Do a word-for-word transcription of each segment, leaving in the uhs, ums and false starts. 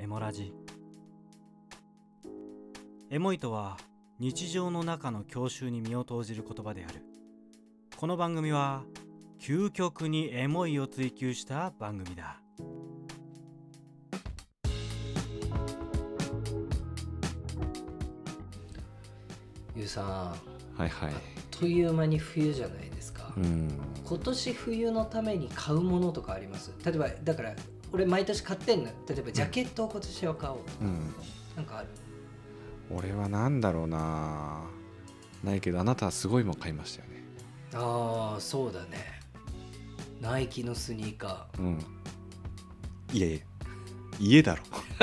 エモラジ。エモいとは日常の中の郷愁に身を投じる言葉である。この番組は究極にエモいを追求した番組だ。 ゆうさん、 はいはい、 あっという間に冬じゃないですか。 うん、 今年冬のために買うものとかあります？例えばだから俺毎年買ってんの。例えばジャケットを今年は買おう、 うん、 なんかある？ 俺はなんだろうな、ないけどあなたはすごいもん買いましたよね。 ああ、そうだね。ナイキのスニーカー。 うん。いやいや、家だろ。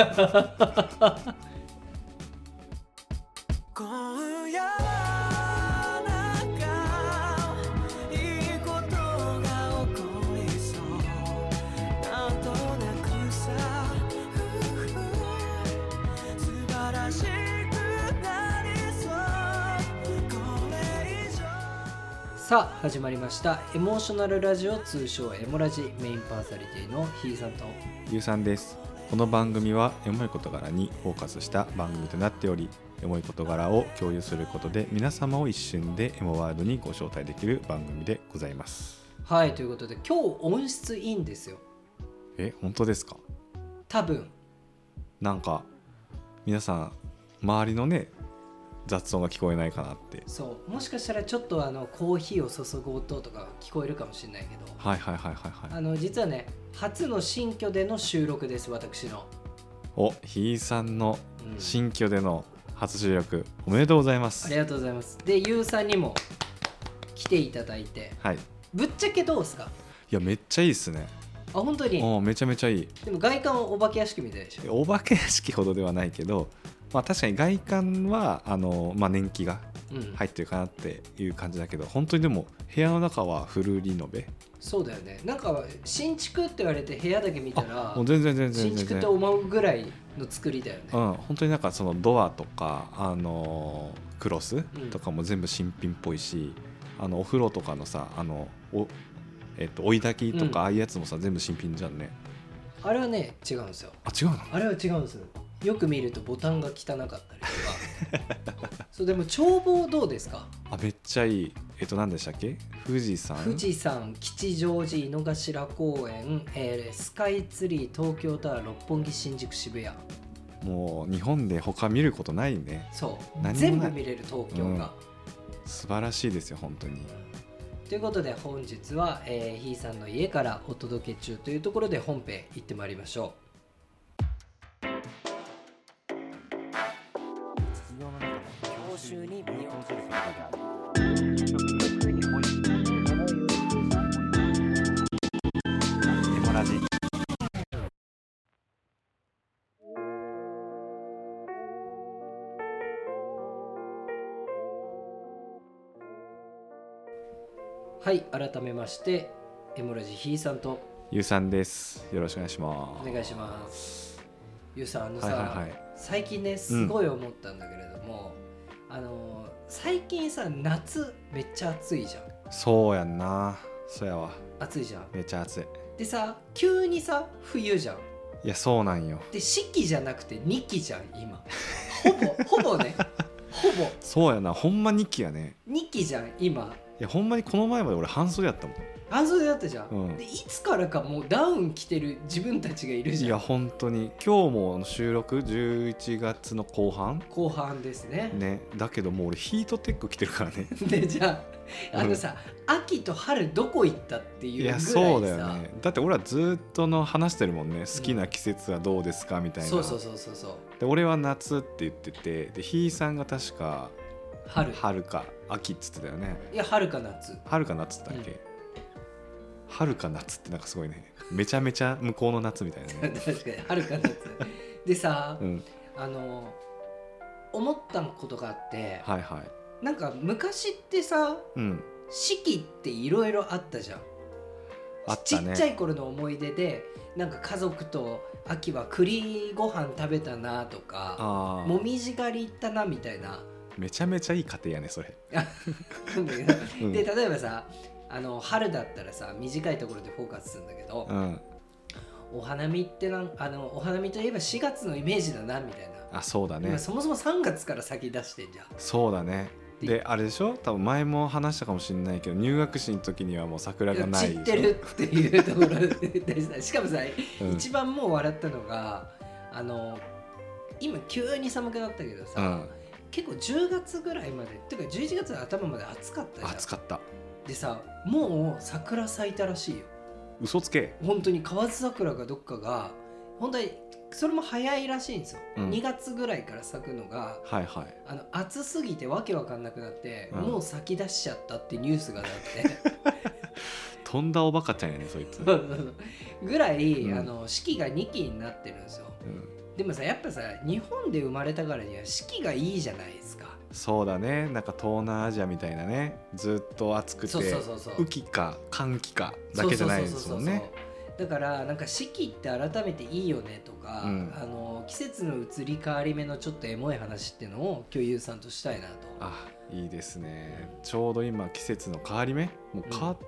今夜はなんかいいことが起こりそう、なんとなくさ、素晴らしくなりそう、これ以上。 さあ始まりましたエモーショナルラジオ、通称エモラジ。メインパーソナリティのひーさんとゆうさんです。この番組はエモい事柄にフォーカスした番組となっており、エモい事柄を共有することで皆様を一瞬でエモワールドにご招待できる番組でございます。 はい、ということで今日音質いいんですよ。 え、本当ですか？ 多分なんか皆さん周りのね雑音が聞こえないかなって。 そう、もしかしたらちょっとあのコーヒーを注ぐ音とか聞こえるかもしれないけど、 はいはいはいはいはい。 あの実はね、初の新居での収録です。私のお、ひーさんのうん新居での初収録、おめでとうございます。 ありがとうございます。で、ゆうさんにも来ていただいて、 はい。いぶっちゃけどうですか？ や、めっちゃいいっすね。 あ、本当に？ お、めちゃめちゃいい。 でも外観はお化け屋敷みたいでしょ？ お化け屋敷ほどではないけど、まあ確かに外観はあの、まあ、年季がうん、 入ってるかなっていう感じだけど、本当にでも部屋の中はフルリノベ。 そうだよね。なんか新築って言われて部屋だけ見たら、 もう全然全然全然新築って思うぐらいの作りだよね。 うん、本当になんかそのドアとか、あのクロスとかも全部新品っぽいし、あのお風呂とかのさ、あのお、えっと、追い炊きとか、ああいうやつもさ、全部新品じゃんね。 あれはね、違うんですよ。 あ、違うの？ あれは違うんですよ。よく見るとボタンが汚かったりとかそう、でも眺望どうですか？ あ、めっちゃいい。えっと何でしたっけ？富士山、 富士山、吉祥寺、井の頭公園、えー、スカイツリー、東京タワー、六本木、新宿、渋谷。 もう日本で他見ることないね。 そう何もない、 全部見れる東京が、 うん、素晴らしいですよ本当に。 ということで本日は、えー、ひーさんの家からお届け中というところで本編行ってまいりましょう。教習に身を投じることがある。 エモラジ。 はい、改めましてエモラジひーさんとゆうさんです。よろしくお願いします。 お願いします。ゆうさん、あのさ、 はいはいはい、 最近ねすごい思ったんだけれども、うん、あの最近さ、夏めっちゃ暑いじゃん。 そうやんな。そうやわ。 暑いじゃん。 めっちゃ暑い。 でさ、急にさ冬じゃん。 いや、そうなんよ。 で、四季じゃなくて二季じゃん今。ほぼほぼねほぼそうやな、ほんまに期やね。 二季じゃん今。 いや、ほんまにこの前まで俺半袖やったもん。 半袖だったじゃん、 うん、 でいつからかもうダウン着てる自分たちがいるじゃん。 いや本当に今日も収録じゅういちがつの後半後半ですね。 ね、だけどもう俺ヒートテック着てるからね。 で、じゃああのさ、うん、秋と春どこ行ったっていうぐらいさ。 いやそうだよね。だって俺はずっとの話してるもんね、好きな季節はどうですかみたいな、 そうそうそうそうそう。 で俺は夏って言ってて、でひーさんが確か春春か秋っつってたよね。 いや、春か夏。 春か夏だっけ、うん、春か夏ってなんかすごいね、めちゃめちゃ向こうの夏みたいなね。 確かに春か夏でさ、うん、あの思ったことがあって、 はいはい、 なんか昔ってさ、うん、四季っていろいろあったじゃん。あったね。ちっちゃい頃の思い出で、なんか家族と秋は栗ご飯食べたなとか、もみじ狩り行ったなみたいな。 めちゃめちゃいい家庭やねそれ。 うん、で例えばさ、あの春だったらさ、短いところでフォーカスするんだけど、うん、 お花見ってなんあのお花見といえばしがつのイメージだなみたいな。 あそうだね。 そもそもさんがつから先出してんじゃん。 そうだね。であれでしょ、多分前も話したかもしれないけど入学式の時にはもう桜がないでしょ。 散ってるっていうところでしかもさ、 うん、 一番もう笑ったのがあの今急に寒くなったけどさ、うん、結構じゅうがつぐらいまでっていうかじゅういちがつの頭まで暑かったじゃん。 暑かった。でさもう桜咲いたらしいよ。 嘘つけ。 本当に河津桜がどっかが本当にそれも早いらしいんですよ、うん、にがつぐらいから咲くのが、 はいはい、 あの暑すぎてわけわかんなくなって、うん、もう咲き出しちゃったってニュースがあってとんだおバカちゃんやねそいつぐらい、うん、あの四季がにきになってるんですよ、うん、でもさやっぱさ日本で生まれたからには四季がいいじゃないですか。 そうだね。なんか東南アジアみたいなね、ずっと暑くて雨季か寒季かだけじゃないですもんね。 だからなんか四季って改めていいよねとか、うん、あの季節の移り変わり目のちょっとエモい話っていうのを今日ゆうさんとしたいなと。 あ、いいですね、うん、ちょうど今季節の変わり目もう変わった、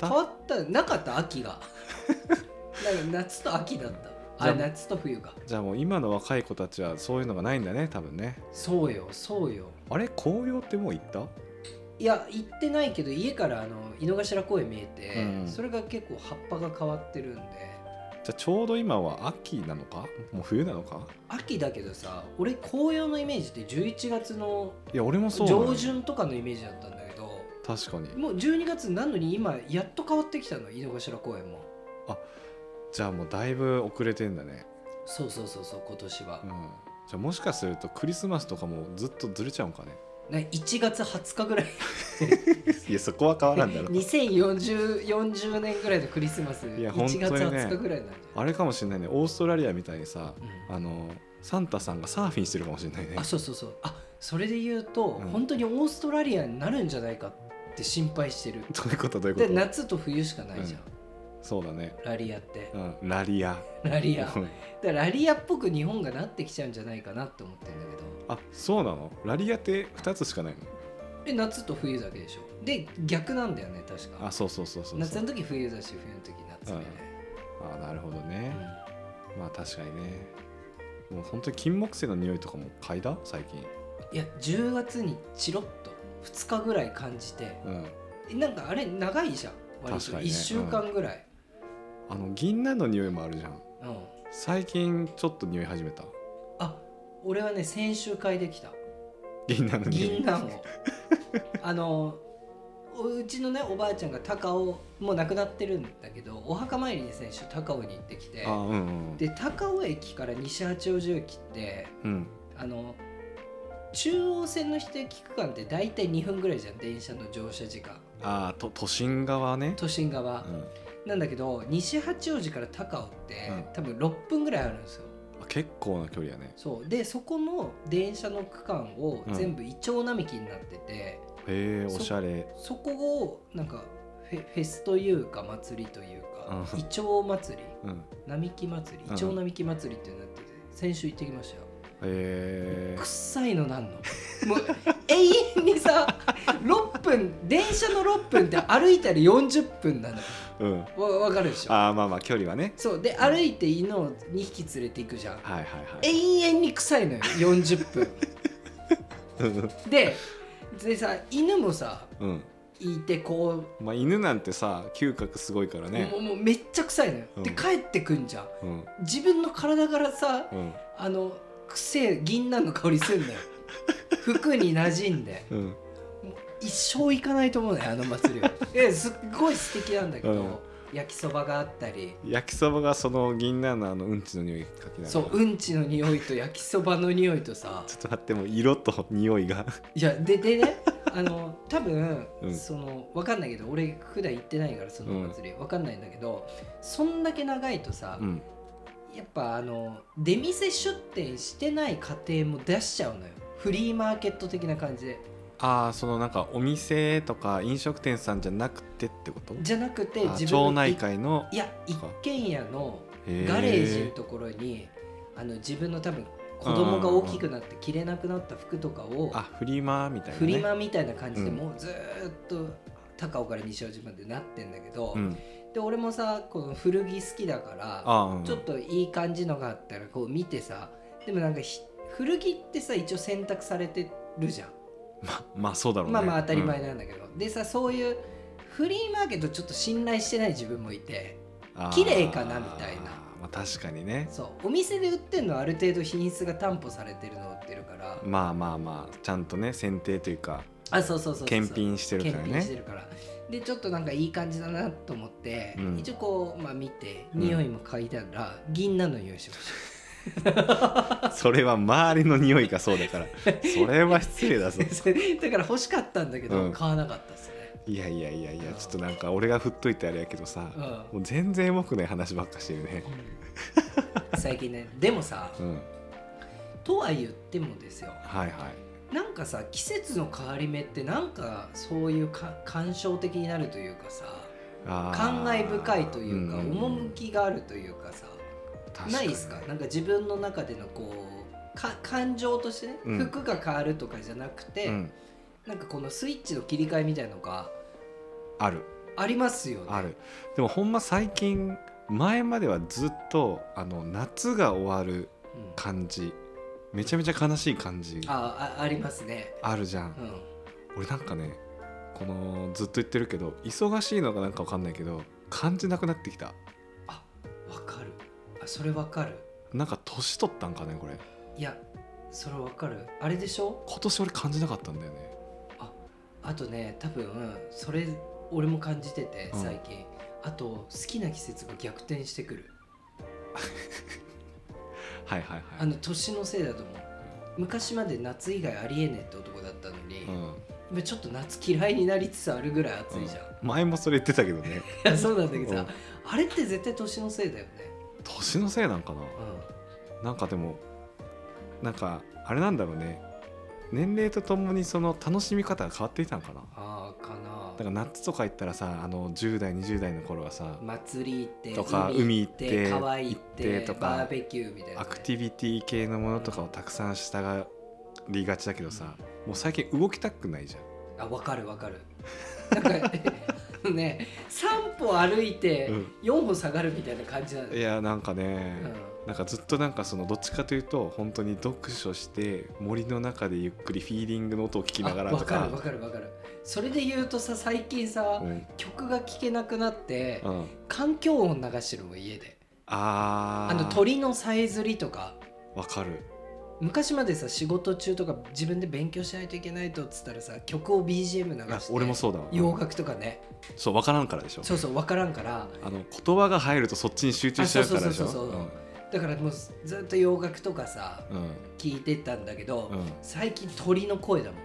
うん、変わったなかった秋がなんか夏と秋だった。あ、夏と冬が。じゃあもう今の若い子たちはそういうのがないんだね多分ね。 そうよそうよ。 あれ紅葉ってもう行った？ いや行ってないけど家からあの井の頭公園見えて、うん、それが結構葉っぱが変わってるんで。 じゃあちょうど今は秋なのかもう冬なのか？ 秋だけどさ、俺紅葉のイメージってじゅういちがつのいや俺もそう上旬とかのイメージだったんだけど。 確かにもうじゅうにがつなのに今やっと変わってきたの井の頭公園も。 あ、じゃあもうだいぶ遅れてんだね。 そうそうそうそう今年は、うん、 じゃあもしかするとクリスマスとかもずっとずれちゃうんかね。 ね、いちがつはつかぐらいいやそこは変わらんだろにせんよんじゅうねんぐらいのクリスマスいや、ね、いちがつはつかぐらいなんじゃん。 あれかもしれないね、オーストラリアみたいにさ、うん、あのサンタさんがサーフィンしてるかもしれないね。 あ、そうそうそう。あ、それで言うと、うん、本当にオーストラリアになるんじゃないかって心配してる。 どういうことどういうこと？ で夏と冬しかないじゃん、うん、 そうだね。 ラリアって、 うん、ラリアラリアだからラリアっぽく日本がなってきちゃうんじゃないかなって思ってるんだけど。 あ、そうなの？ラリアってふたつしかないの？ え、夏と冬だけでしょ。で逆なんだよね確か。 あ、そうそうそうそう。 夏の時冬だし冬の時夏みたいな、うん、あ、なるほどね、うん、まあ確かにね。もう本当に金木犀の匂いとかも嗅いだ最近？ いやじゅうがつにチロッとふつかぐらい感じて、うん、なんかあれ長いじゃん割と、ね、いっしゅうかんぐらい、 うん、あの銀杏の匂いもあるじゃん、うん、最近ちょっと匂い始めた。 あ、俺はね先週嗅いできた銀杏の匂い。 銀杏をあのうちのねおばあちゃんが高尾もう亡くなってるんだけどお墓参りに先週高尾に行ってきて、あ、うんうん、で高尾駅から西八王子駅って、うん、あの中央線の指定期間って大体にふんぐらいじゃん電車の乗車時間。 ああ、と都心側ね。 都心側、うん、なんだけど西八王子から高尾って、うん、多分ろっぷんぐらいあるんですよ。 結構な距離やね。 そうでそこの電車の区間を全部イチョウ並木になってて、うん、へえおしゃれ。 そ, そこをなんかフ ェ, フェスというか祭りというか、うん、イチョウ祭り、うん、並木祭りイチョウ並木祭りってなってて先週行ってきましたよ。へえくっさいのなんのもう永遠にさろっぷん電車のろっぷんって歩いたらよんじゅっぷんなの、うん、わ分かるでしょ。 あ、まあまあ距離はね。 そうで歩いて犬をにひき連れていくじゃん、 はいはいはい、 永遠に臭いのよよんじゅっぷんで, でさ犬もさ、うん、いてこう、まあ、犬なんてさ嗅覚すごいからね。 もうもうめっちゃ臭いのよ、うん、で帰ってくんじゃん、うん、自分の体からさ、うん、あの癖銀杏の香りすんだよ服に馴染んで、うん、もう一生行かないと思うねあの祭りはえすっごい素敵なんだけど、うん、焼きそばがあったり。 焼きそばがその銀杏のあのうんちの匂いかけながら。 そううんちの匂いと焼きそばの匂いとさちょっと待って、もう色と匂いがいやででねあの多分、うん、その分かんないけど俺普段行ってないからそのお祭り、うん、分かんないんだけどそんだけ長いとさ、うん、やっぱあの出店出店してない家庭も出しちゃうのよ。フリーマーケット的な感じで。 ああ、そのなんかお店とか飲食店さんじゃなくてってこと？ じゃなくて自分町内会のいや一軒家のガレージのところにあの自分の多分子供が大きくなって着れなくなった服とかをあフリマみたいな、ね、 フリマみたいな感じでもうずっと高尾から西尾島までなってんだけど、うん、 で俺もさこの古着好きだからあ、うん、 ちょっといい感じのがあったらこう見てさ、でもなんか古着ってさ一応選択されてるじゃん。 ま, まあそうだろうね。 まあまあ当たり前なんだけど、うん、でさそういうフリーマーケットちょっと信頼してない自分もいて、綺麗かなみたいな。 まあ、確かにね。 そうお店で売ってるのはある程度品質が担保されてるのを売ってるから、 まあまあまあちゃんとね選定というか、 あそうそうそうそう検品してるからね。 検品してるからでちょっとなんかいい感じだなと思って、うん、一応こう、まあ、見て匂いも嗅いだら、うん、銀杏の匂いしましたそれは周りの匂いがそうだからそれは失礼だぞだから欲しかったんだけど、うん、買わなかったですね。 いやいやいやいや、ちょっとなんか俺が振っといてあれやけどさ、うん、もう全然エモくない話ばっかしてるね、 うん、最近ね。でもさ、うん、とは言ってもですよ、 はいはい、 なんかさ季節の変わり目ってなんかそういうか感傷的になるというかさ、感慨深いというか、うん、趣があるというかさ、ないですか？なんか自分の中でのこうか感情としてね、うん、服が変わるとかじゃなくて、うん、なんかこのスイッチの切り替えみたいなのがあるありますよね。 ある。でもほんま最近前まではずっとあの夏が終わる感じ、うん、めちゃめちゃ悲しい感じあ, あ, ありますね。 あるじゃん、うん、俺なんかねこのずっと言ってるけど忙しいのかなんか分かんないけど感じなくなってきた。 あ、分かる。あ、それ分かる。 なんか年取ったんかねこれ。 いやそれ分かる。あれでしょ、 今年俺感じなかったんだよね。 あ, あとね多分それ俺も感じてて最近、うん、あと好きな季節が逆転してくるはいはいはい。 あの年のせいだと思う。昔まで夏以外ありえねえって男だったのに、うん今ちょっと夏嫌いになりつつあるぐらい暑いじゃん、 うん、前もそれ言ってたけどねいやそうなんだけどさ、うん、あれって絶対年のせいだよね。 年のせいなんかな、うん、なんかでもなんかあれなんだろうね、年齢とともにその楽しみ方が変わっていたのかな。 あーかな。 だから夏とか行ったらさ、あのじゅう代にじゅう代の頃はさ祭り行ってとか海行って川行ってとかバーベキューみたいな、ね、 アクティビティ系のものとかをたくさんしたがりがちだけどさ、もう最近動きたくないじゃん。 あ、分かる分かる。なんかね、さん歩歩いてよん歩下がるみたいな感じなんだよ、 うん、いやなんかね、うん、なんかずっとなんかそのどっちかというと本当に読書して森の中でゆっくりフィーリングの音を聞きながらとか。 分かる分かる分かる。それで言うとさ最近さ、うん、曲が聴けなくなって、うん、環境音流してるもん家で。 ああの鳥のさえずりとか。 分かる。 昔までさ仕事中とか自分で勉強しないといけないとっつったらさ曲を ビージーエム 流して。 俺もそうだわ。 洋楽とかね。 そう分からんからでしょ。 そうそう分からんから。 あの言葉が入るとそっちに集中しちゃうからでしょ。 だからもうずっと洋楽とかさ、うん、聞いてたんだけど、うん、最近鳥の声だもん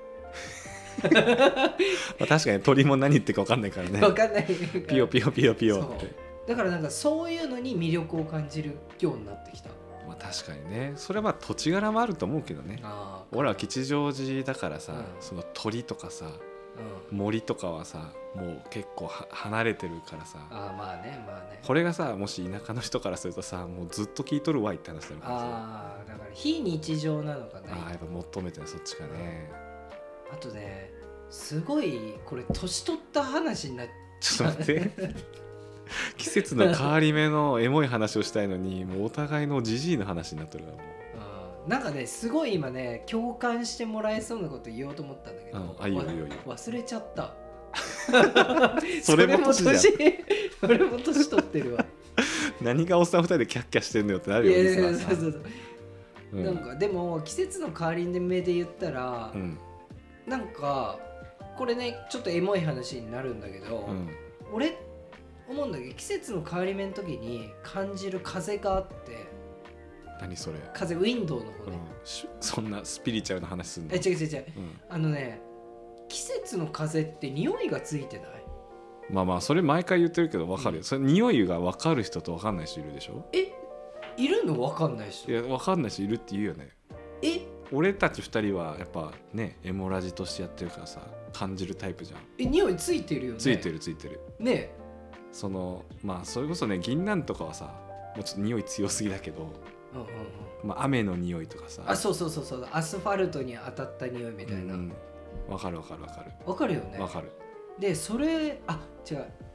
確かに鳥も何言ってるか分かんないからね。 分かんないピヨピヨピヨピヨって。 だからなんかそういうのに魅力を感じるようになってきた。 まあ、確かにね。それはまあ土地柄もあると思うけどね。あ俺は吉祥寺だからさ、うん、その鳥とかさ、うん、森とかはさもう結構は離れてるからさ。 あまあねまあね。 これがさもし田舎の人からするとさもうずっと聞いとるわいって話だからさ。 あだから非日常なのかね。 あやっぱ求めてるそっちかね。 あとねすごいこれ年取った話になっちゃう。ちょっと待って季節の変わり目のエモい話をしたいのにもうお互いのジジイの話になってるからもう。なんかねすごい今ね共感してもらえそうなこと言おうと思ったんだけど、 うん、あいいよいいよいいよ忘れちゃったそれも年じゃん。 それも年取ってるわ何がおっさんふたりでキャッキャしてんのよってなるよね。いやいやそうそうそう、 うん、なんかでも季節の変わり目で言ったら、うん、なんかこれねちょっとエモい話になるんだけど、うん、俺思うんだけど季節の変わり目の時に感じる風があって。 何それ？ 風ウィンドウの方ね、うん、 そんなスピリチュアルな話すんの？ え違う違う違う、うん、あのね季節の風って匂いがついてない？ まあまあそれ毎回言ってるけど分かるよ、うん、それ匂いが分かる人と分かんない人いるでしょ？ えいるの？分かんない人？ いや分かんない人いるって言うよね。 え俺たちふたりはやっぱねエモラジとしてやってるからさ感じるタイプじゃん。 え匂いついてるよね？ ついてるついてるねえ。 そのまあそれこそね銀杏とかはさもうちょっと匂い強すぎだけど、うんうんうん、まあ雨の匂いとかさあそうそうそうそうアスファルトに当たった匂いみたいな。わ、 うん、かるわかるわかるわかるよね。 わかる。 でそれあ違う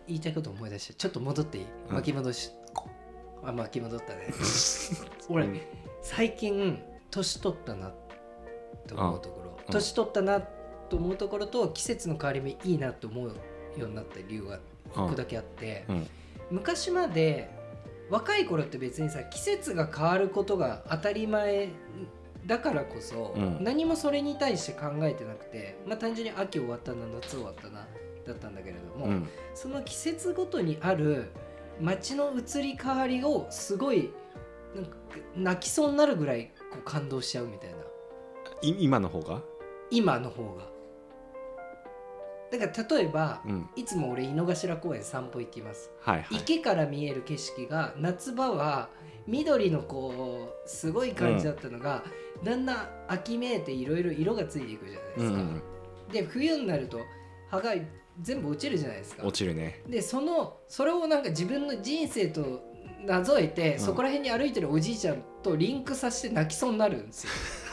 言いたいこと思い出してちょっと戻っていい、 うん、 巻き戻しあ巻き戻ったね俺、うん、最近年取ったなと思うところ、うん、年取ったなと思うところと季節の変わり目いいなと思うようになった理由がいっこだけあって、うんうん、昔まで若い頃って別にさ季節が変わることが当たり前だからこそ、うん、何もそれに対して考えてなくて、まあ、単純に秋終わったな夏終わったなだったんだけれども、うん、その季節ごとにある街の移り変わりをすごいなんか泣きそうになるぐらいこう感動しちゃうみたいな。 今の方が今の方がだから例えば、うん、いつも俺井の頭公園散歩行きます、はいはい、池から見える景色が夏場は緑のこうすごい感じだったのが、うん、だんだん秋めいていろいろ色がついていくじゃないですか、うんうん、で冬になると葉が全部落ちるじゃないですか。 落ちるね。 でそのそれをなんか自分の人生となぞえて、うん、そこら辺に歩いてるおじいちゃんとリンクさせて泣きそうになるんですよ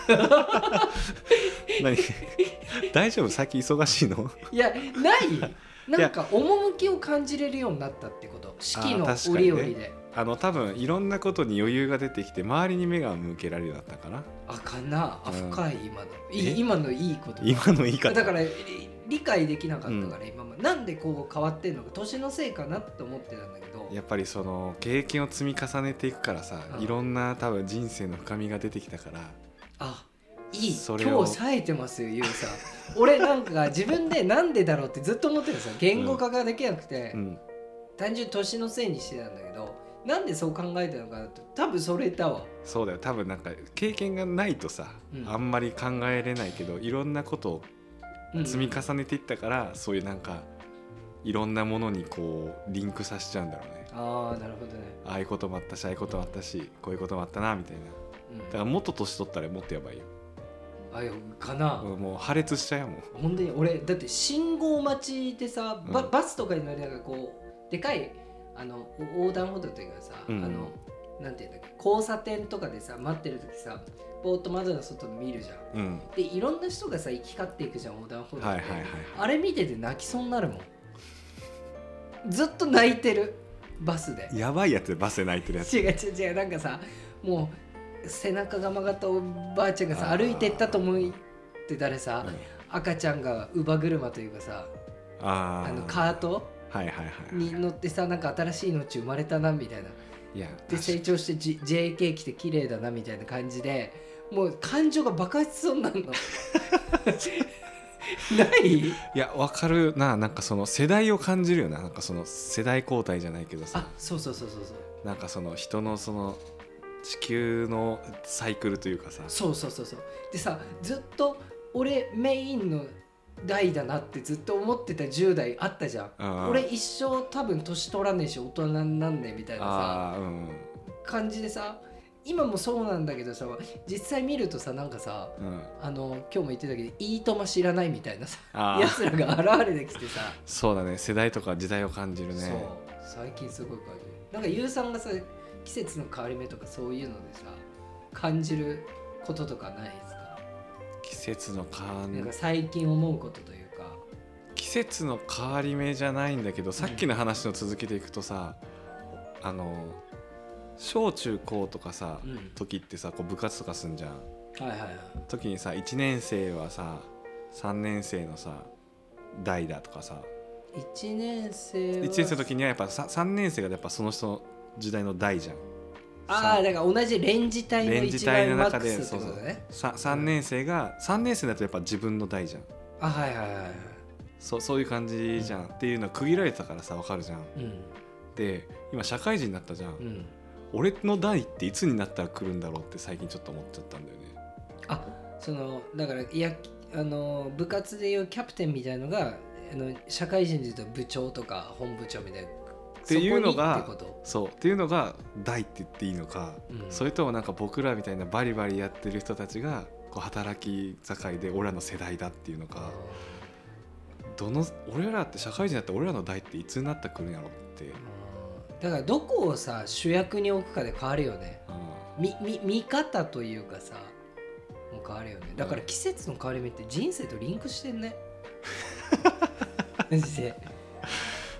何大丈夫最近忙しいの？ いやないなんか趣を感じれるようになったってこと。四季の折々であの多分いろんなことに余裕が出てきて周りに目が向けられるようになったかな。 あかなあ、深い今のい今のいいこと今のいい方だから理解できなかったから、うん、今までなんでこう変わってんのか年のせいかなって思ってたんだけど、 やっぱりその経験を積み重ねていくからさ、いろんな多分人生の深みが出てきたから。 あいい今日冴えてますよゆうさん俺なんか自分でなんでだろうってずっと思ってるんですよ。言語化ができなくて、うん、単純に年のせいにしてたんだけど、なんでそう考えたのかなと多分それだわ。 そうだよ多分なんか経験がないとさ、うん、あんまり考えれないけどいろんなことを積み重ねていったから、うんうん、そういうなんかいろんなものにこうリンクさせちゃうんだろうね。 ああなるほどね。 ああいうこともあったしああいうこともあったしこういうこともあったなみたいな、うん、だからもっと年取ったらもっとやばいよ。 あよかな。 もう破裂しちゃうよもう。 本当に俺だって信号待ちでさ、うん、バ, バスとかに乗りながらこうでかいあの横断歩道というかさ、うん、あのなんていうんだっけ交差点とかでさ待ってる時さぼーっと窓の外見るじゃん、うん、でいろんな人がさ行き交っていくじゃん横断歩道で、はいはいはいはい、あれ見てて泣きそうになるもんずっと泣いてるバスで。 やばいやつでバスで泣いてるやつ。 違う違う違うなんかさもう背中が曲がったおばあちゃんがさ歩いてったと思ってたらさ、うん、赤ちゃんが乳母車というかさ あ, あのカートに乗ってさなんか新しい命生まれたなみたいな。いやで成長して、G、ジェーケー 来て綺麗だなみたいな感じでもう感情が爆発しそうになるのないいやわかるな。なんかその世代を感じるよな。なんかその世代交代じゃないけどさあそうそうそうそうそうなんかその人のその地球のサイクルというかさそうそうそうそうでさずっと俺メインの代だなってずっと思ってたじゅう代あったじゃん。俺一生多分年取らねえし大人になんねえみたいなさ、うん、感じでさ今もそうなんだけどさ実際見るとさなんかさ、うん、あの今日も言ってたけどいいとも知らないみたいなさやつらが現れてきてさそうだね世代とか時代を感じるね。 そう最近すごい感じる。なんかゆうさんがさ季節の変わり目とかそういうのでさ感じることとかないですか？ 季節の変わり目なんか最近思うことというか。 季節の変わり目じゃないんだけどさっきの話の続きでいくとさ、うん、あの小中高とかさ、うん、時ってさこう部活とかすんじゃん、はいはいはい、時にさいちねん生はささんねん生のさ代だとかさいちねん生はいちねん生の時にはやっぱ さ, さんねん生がやっぱその人の時代の代じゃん。 ああだから同じレンジ帯の一番マックスってことね。 そうそう さ, さんねん生が、うん、さんねん生だとやっぱ自分の代じゃん。 あはいはいはいはいそ う, そういう感じじゃん、うん、っていうのは区切られてたからさ分かるじゃん、うん、で今社会人になったじゃん、うん、俺の代っていつになったら来るんだろうって最近ちょっと思っちゃったんだよね。 あそのだからいやあの部活でいうキャプテンみたいのがあの社会人でいうと部長とか本部長みたいなっていうのがそうっていうのが代って言っていいのか、うん、それともなんか僕らみたいなバリバリやってる人たちがこう働き盛りで俺らの世代だっていうのか、どの俺らって社会人だったら俺らの代っていつになったら来るんやろって。 だからどこをさ主役に置くかで変わるよね。みみ見方というかさもう変わるよね。だから季節の変わり目って人生とリンクしてんねマジで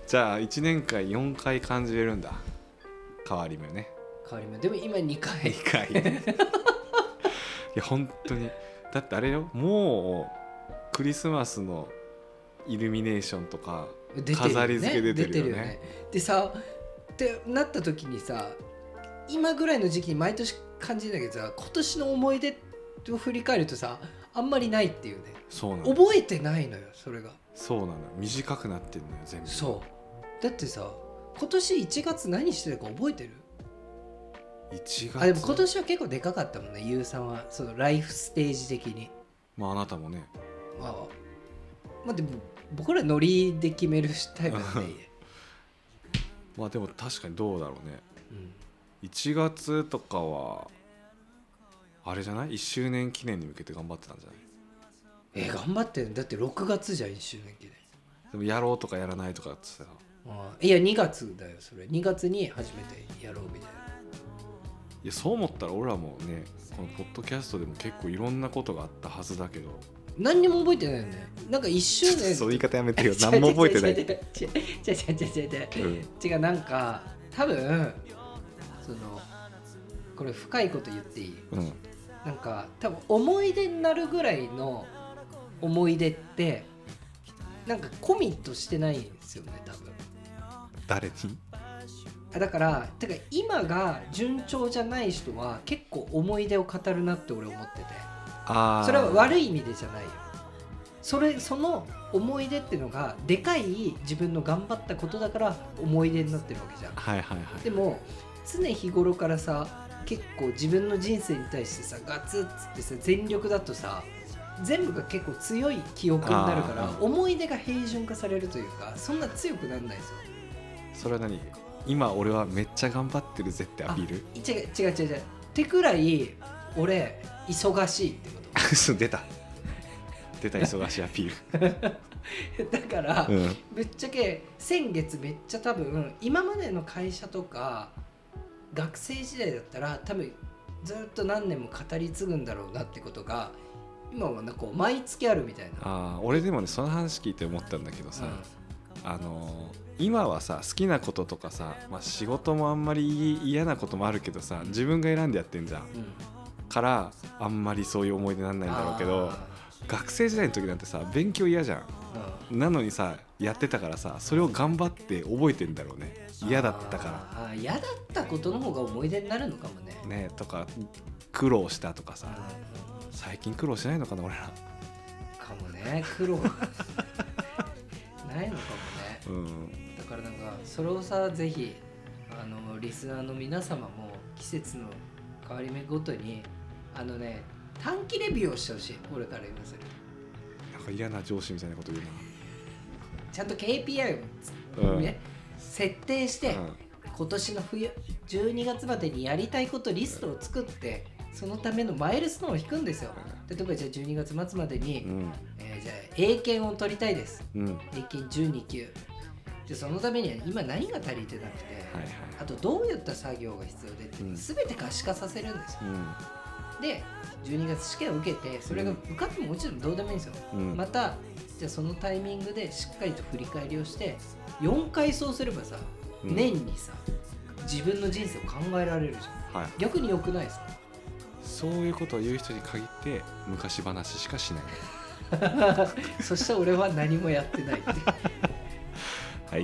じゃあいちねんかんよんかい感じれるんだ、変わり目ね。 変わり目でも今にかいにかいいや本当にだってあれよ、もうクリスマスのイルミネーションとか飾り付け出てるよね。出てるよね。 でさってなった時にさ、今ぐらいの時期に毎年感じるんだけどさ、今年の思い出を振り返るとさ、あんまりないっていうね。 そうなの。 覚えてないのよそれが。 そうなの。短くなってるのよ全部。 そうだってさ、今年いちがつ何してるか覚えてる？ いちがつ。 あ、でも今年は結構でかかったもんね、ゆうさんは。そのライフステージ的に。 まああなたもね。 まあ、まあでも僕らノリで決めるタイプなんでまあでも確かにどうだろうね、 うん、 いちがつとかはあれじゃない？いっしゅうねん記念に向けて頑張ってたんじゃない？ えー、頑張ってんだってろくがつじゃん、いっしゅうねん記念。 でもやろうとかやらないとかってさ、 あ、いやにがつだよそれ。にがつに初めてやろうみたいな。 いやそう思ったら俺らもね、このポッドキャストでも結構いろんなことがあったはずだけど何にも覚えてないよね。なんかいっしゅうねんそういう言い方やめてよ何も覚えてない。違う違う違う違う違う、なんか多分そのこれ深いこと言っていい？うん、なんか多分思い出になるぐらいの思い出ってなんかコミットしてないんですよね多分。 誰に？ だからてか今が順調じゃない人は結構思い出を語るなって俺思ってて、あ、それは悪い意味でじゃないよ。それその思い出ってのがでかい自分の頑張ったことだから思い出になってるわけじゃん。 はいはいはい。 でも常日頃からさ、結構自分の人生に対してさガツッつってさ全力だとさ、全部が結構強い記憶になるから思い出が平準化されるというか、そんな強くならないですよ。 それは何？今俺はめっちゃ頑張ってるぜってアピール？ 違う違う違う違うってくらい俺忙しいってこと。 出た出た忙しいアピールだから、うん、ぶっちゃけ先月めっちゃ多分今までの会社とか学生時代だったら多分ずっと何年も語り継ぐんだろうなってことが今はなんか毎月あるみたいな。 あ、俺でもねその話聞いて思ったんだけどさ、うん、あのー今はさ好きなこととかさ、まあ、仕事もあんまり嫌なこともあるけどさ自分が選んでやってんじゃん、うん、からあんまりそういう思い出にならないんだろうけど、学生時代の時なんてさ勉強嫌じゃん、うん、なのにさやってたからさそれを頑張って覚えてんだろうね。嫌だったから。 ああ、嫌だったことの方が思い出になるのかもね。 ねとか苦労したとかさ、うん、最近苦労しないのかな俺ら。 かもね、苦労ないのかもね、うん、だからなんかそれをさぜひあのリスナーの皆様も季節の変わり目ごとにあのね短期レビューをしてほしい。俺から言いますよ。 なんか嫌な上司みたいなこと言うな。 ちゃんと ケーピーアイ を、ね、うん、設定して、うん、今年の冬じゅうにがつまでにやりたいことリストを作ってそのためのマイルストーンを引くんですよ。例えばじゃあじゅうにがつ末までに、うん、えー、じゃあ英検を取りたいです、うん、英検じゅうにきゅう。じゃあそのためには今何が足りてなくて、はいはい、あとどういった作業が必要でっていうの全て可視化させるんですよ、うん、でじゅうにがつ試験を受けてそれが受かってももちろんどうでもいいんですよ、うん、またじゃあそのタイミングでしっかりと振り返りをしてよんかいそうすればさ、うん、年にさ自分の人生を考えられるじゃん、はい、逆に良くないですか？ そういうことを言う人に限って昔話しかしないそしたら俺は何もやってないってはい、はい、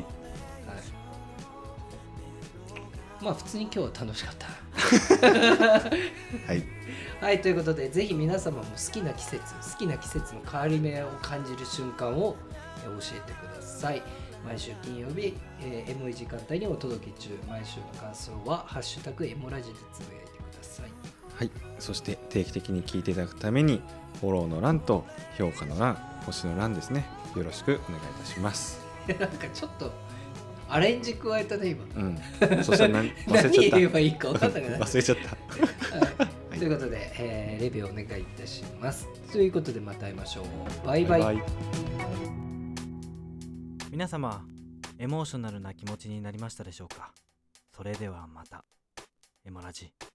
まあ普通に今日は楽しかったはい、 はい、ということでぜひ皆様も好きな季節好きな季節の変わり目を感じる瞬間を教えてください。毎週金曜日、えー、エモい時間帯にお届け中。毎週の感想はハッシュタグエモラジでつぶやいてください。 はい、そして定期的に聞いていただくためにフォローの欄と評価の欄、星の欄ですね、よろしくお願いいたします。 なんかちょっとアレンジ加えたね今、うん、 そしたら何忘れちゃった何言えばいいか分かんなくな忘れちゃった、 はい、ということで、えー、レビューお願いいたします。ということでまた会いましょう。バイバイ。バイバイ。 皆様エモーショナルな気持ちになりましたでしょうか。それではまたエモラジ。